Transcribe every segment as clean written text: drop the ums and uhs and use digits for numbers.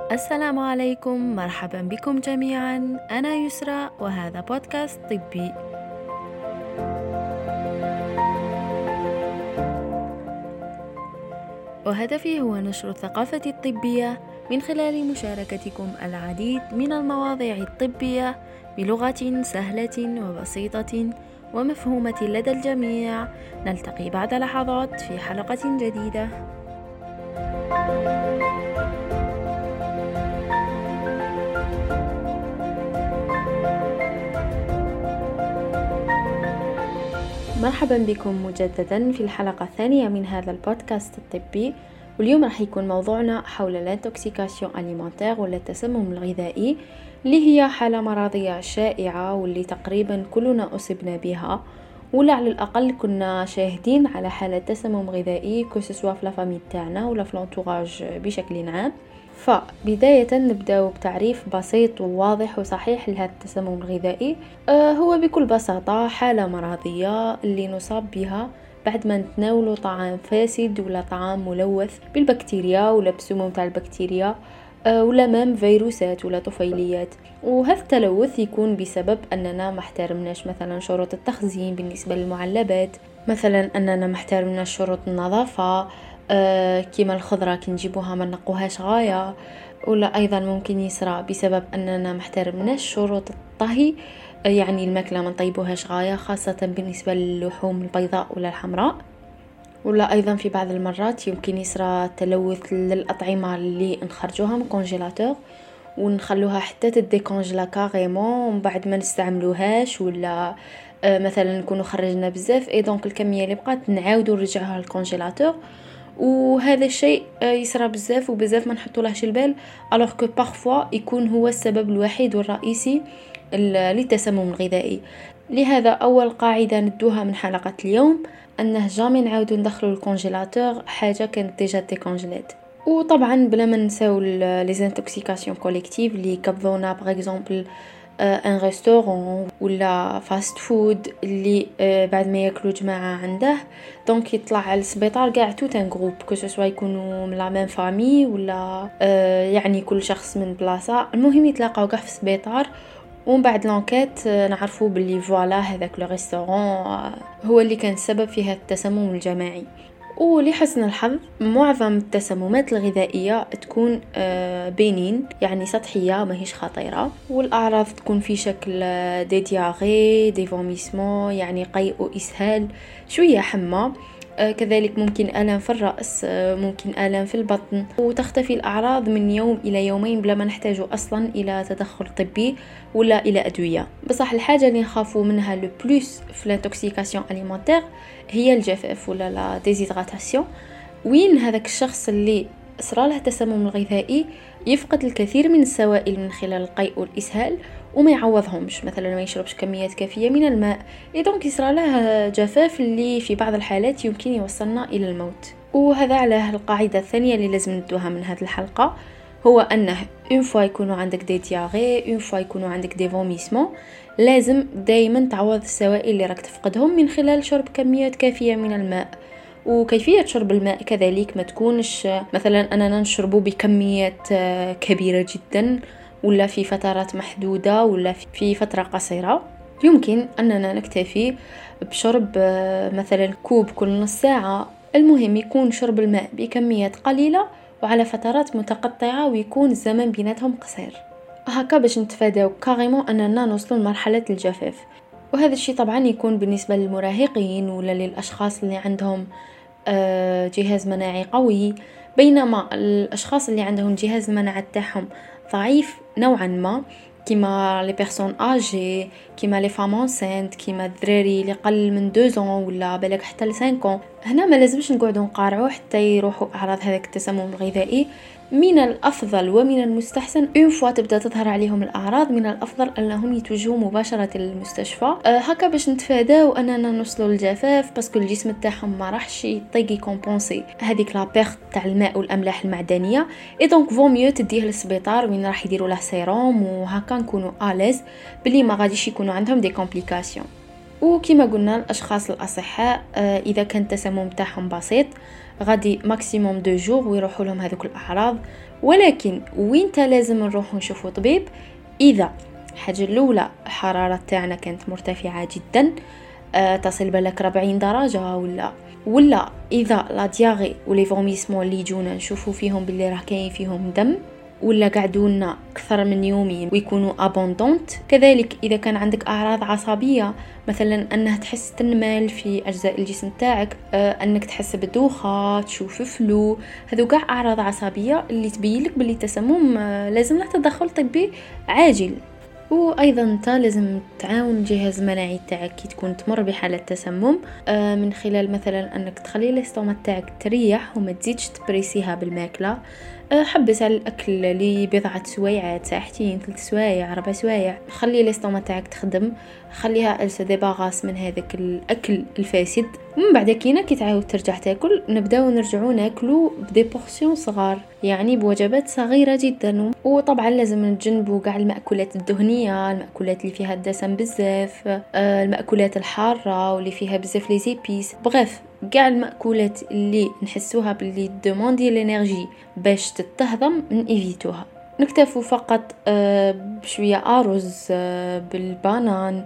السلام عليكم، مرحبا بكم جميعا. أنا يسرى وهذا بودكاست طبي. وهدفي هو نشر الثقافة الطبية من خلال مشاركتكم العديد من المواضيع الطبية بلغة سهلة وبسيطة ومفهومة لدى الجميع. نلتقي بعد لحظات في حلقة جديدة. مرحبا بكم مجددا في الحلقة الثانية من هذا البودكاست الطبي. واليوم راح يكون موضوعنا حول الانتوكسيكاسيون أليمنتير ولا التسمم الغذائي، اللي هي حالة مرضية شائعة واللي تقريبا كلنا أصبنا بها، ولا على الأقل كنا شاهدين على حالة تسمم غذائي كسوا في لافامي تاعنا ولا في لونتوراج بشكل عام. فبداية نبدأ بتعريف بسيط وواضح وصحيح لهذا التسمم الغذائي. هو بكل بساطة حالة مرضية اللي نصاب بها بعد ما نتناولوا طعام فاسد ولا طعام ملوث بالبكتيريا ولا بسموم تاع البكتيريا، ولا مام فيروسات ولا طفيليات. وهذا التلوث يكون بسبب أننا ما احترمناش مثلا شروط التخزين بالنسبة للمعلبات، مثلا أننا ما احترمناش شروط النظافة، كيما الخضرة كي نجيبوها ما نقوهاش غاية، ولا أيضا ممكن يسرى بسبب أننا ما احترمناش شروط الطهي، يعني الماكلة ما نطيبوهاش غاية خاصة بالنسبة للحوم البيضاء ولا الحمراء. ولا أيضا في بعض المرات يمكن يسرى تلوث للأطعمة اللي نخرجوها من كونجيلاتور ونخلوها حتى تديكونجلا كاريمون ومن بعد ما نستعملوهاش، ولا مثلا نكونوا خرجنا بزاف دونك الكمية اللي بقات نعاودوا نرجعوها للكونجيلاتور. وهذا الشيء يسرى بزاف وبزاف ما نحطوا لهش البال، alors que parfois يكون هو السبب الوحيد والرئيسي للتسمم الغذائي. لهذا أول قاعدة ندوها من حلقة اليوم أنه جامي نعاودوا ندخلوا الكونجيلاتور حاجة كانت ديجا ديكونجلات. وطبعا بلا ما نساو لي زانتوكسيكاسيون كوليكتيف اللي كبضونا باغ اكزومبل ان ريستورون ولا فاست فود اللي بعد ما ياكلوا جماعه عنده دونك يطلع على السبيطار كاع توت ان جروب كو سوا يكونوا من لا ميم فامي ولا يعني كل شخص من بلاصه، المهم يتلاقاو كاع في السبيطار. ومن بعد لانكيت نعرفوا باللي فوالا هذاك لو ريستورون هو اللي كان السبب في هذا التسمم الجماعي. ولحسن الحظ معظم التسممات الغذائية تكون بينين، يعني سطحية ماهيش خطيرة، والأعراض تكون في شكل دي دياغي، دي فوميسمون يعني قيء وإسهال، شوية حمى، كذلك ممكن آلام في الرأس، ممكن آلام في البطن، وتختفي الأعراض من يوم إلى يومين بلا ما نحتاج أصلا إلى تدخل طبي ولا إلى أدوية. بصح الحاجة اللي نخافوا منها لو بلوس في الانتوكسيكاسيون أليمنتير هي الجفاف ولا لا ديزيدراتاسيون، وين هذاك الشخص اللي صرا له تسمم الغذائي يفقد الكثير من السوائل من خلال القيء والإسهال وما يعوضهمش، مثلا ما يشربش كميات كافية من الماء، دونك يصرى له جفاف اللي في بعض الحالات يمكن يوصلنا إلى الموت. وهذا على القاعدة الثانية اللي لازم ندوها من هذه الحلقة، هو أنه اون فوا يكونوا عندك دي دياغي، اون فوا يكونوا عندك دي فوميسمون، لازم دايما تعوض السوائل اللي راك تفقدهم من خلال شرب كميات كافية من الماء. وكيفية شرب الماء كذلك ما تكونش مثلا أننا نشربه بكميات كبيرة جدا ولا في فترات محدودة ولا في فترة قصيرة. يمكن أننا نكتفي بشرب مثلا كوب كل نص ساعة، المهم يكون شرب الماء بكميات قليلة وعلى فترات متقطعة ويكون الزمن بيناتهم قصير، هكا باش نتفاداو كاريمون أننا نوصلوا لمرحلة الجفاف. وهذا الشيء طبعا يكون بالنسبة للمراهقين ولا للأشخاص اللي عندهم جهاز مناعي قوي، بينما الأشخاص اللي عندهم جهاز المناعة تاعهم ضعيف نوعا ما، كيما لي بيرسون اجي، كيما لي فام انسنت، كيما الدراري اللي قل من 2 ans ولا بالك حتى ل 5 ans، هنا ما لازمش نقعدوا نقارعوا حتى يروحوا اعراض هذاك التسمم الغذائي. من الافضل ومن المستحسن اون فوا تبدا تظهر عليهم الاعراض من الافضل انهم يتوجهوا مباشره للمستشفى، هكا باش نتفاداو اننا نوصلوا للجفاف، باسكو الجسم تاعهم ما راحش يطيقي كومبونسي هذيك لا بيرت تاع الماء والاملاح المعدنيه، اي دونك فو ميو تديه للسبيطار وين راح يديروا له سيروم، وهكا نكونوا اليز بلي ما غاديش يكونوا عندهم دي كومبليكاسيون. وكما قلنا الاشخاص الاصحاء اذا كان التسمم تاعهم بسيط غادي ماكسيموم 2 جور ويروحوا لهم هذوك الاعراض. ولكن وين لازم نروح نشوفوا طبيب اذا الحاجه الاولى الحراره تاعنا كانت مرتفعه جدا تصل بالك 40 درجه، ولا اذا لا دياغي ولي فوميسمون اللي يجونا نشوفوا فيهم باللي راه كاين فيهم دم، ولا قعدونا اكثر من يومين ويكونوا ابوندونت. كذلك اذا كان عندك اعراض عصبيه مثلا انها تحس تنمل في اجزاء الجسم تاعك، انك تحس بدوخه، تشوف فلو، هذو كاع اعراض عصبيه اللي تبين لك باللي التسمم لازم له تدخل طبي عاجل. وايضا انت لازم تعاون الجهاز المناعي تاعك كي تكون تمر بحاله تسمم من خلال مثلا انك تخلي الاستومات تاعك تريح وما تزيدش تبريسيها بالماكله. حبس على الاكل لبضعه سوايعات، ساعتين، 3 سوايع، 4 سوايع، خلي الاستومات تاعك تخدم، خليها السو ديباغاس من هذاك الاكل الفاسد. ومن بعد كي تعاود ترجع تاكل نبداو نرجعوا ناكلوا بدي بورسيون صغار، يعني بوجبات صغيره جدا. وطبعا لازم نتجنبوا كاع المأكولات الدهنيه، المأكولات اللي فيها الدسم بزاف، المأكولات الحاره واللي فيها بزاف لي زيبيس، بغيف كاع المأكولات اللي نحسوها باللي دوموندي لينيرجي باش تتهضم نيفيتوها. نكتفوا فقط بشويه ارز بالبانان،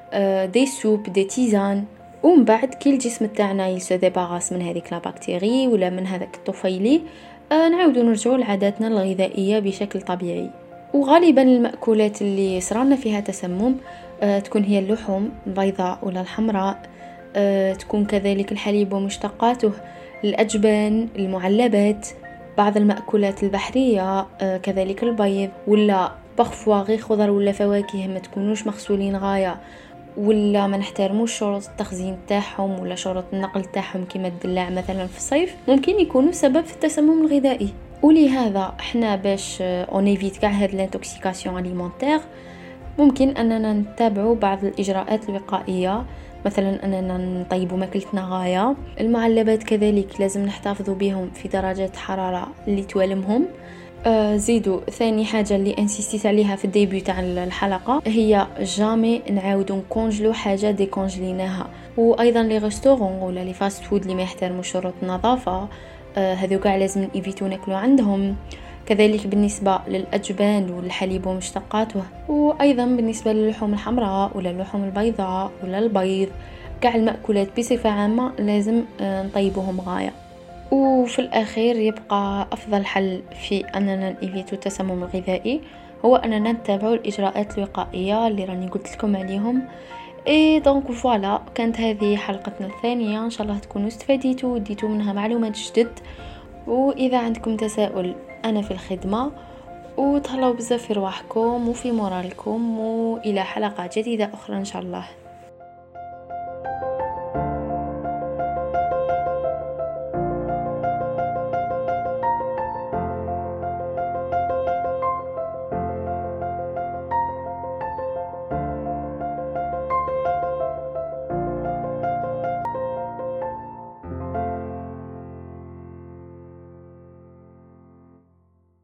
دي سوب، دي تيزان. ومن بعد كي الجسم تاعنا يسو ديباغاس من هذيك لا بكتيري ولا من هذاك الطفيلي نعاودوا نرجعوا لعاداتنا الغذائيه بشكل طبيعي. وغالبا المأكولات اللي صرالنا فيها تسمم تكون هي اللحوم البيضاء ولا الحمراء، تكون كذلك الحليب ومشتقاته، الأجبان، المعلبات، بعض المأكولات البحرية، كذلك البيض، ولا بخفوا غير خضر ولا فواكه ما تكونوش مغسولين غاية، ولا ما نحترموش شروط التخزين تاعهم ولا شروط النقل تاعهم كما الدلاع مثلا في الصيف، ممكن يكونوا سبب في التسمم الغذائي. ولهذا احنا باش اونيفيت كاع هاد لانتوكسيكاسيون اليمونتير ممكن اننا نتبعوا بعض الاجراءات الوقائيه، مثلا اننا نطيبوا ماكلتنا غايه. المعلبات كذلك لازم نحتفظوا بهم في درجات حراره اللي توالمهم. زيدوا ثاني حاجه اللي انسيستيت عليها في الديبيو تاع الحلقه هي جامي نعاودوا نكونجلو حاجه ديكونجليناها. وايضا لي ريستورون ولا لي فاست فود اللي ما يحترموا شروط النظافه هذو كاع لازم ايفيتو ناكلوا عندهم. كذلك بالنسبه للاجبان والحليب ومشتقاته، وايضا بالنسبه للحوم الحمراء ولا اللحوم البيضاء ولا البيض، كاع المأكولات بصفه عامه لازم نطيبوهم غايه. وفي الأخير يبقى أفضل حل في أننا نيفيتو التسمم الغذائي هو أننا نتبع الإجراءات الوقائية اللي راني قلت لكم عليهم. دونك فوالا، كانت هذه حلقتنا الثانية، إن شاء الله تكونوا استفاديتوا وديتوا منها معلومات جدد. وإذا عندكم تساؤل أنا في الخدمة، وتهلاو بزاف في رواحكم وفي مورالكم، وإلى حلقة جديدة أخرى إن شاء الله.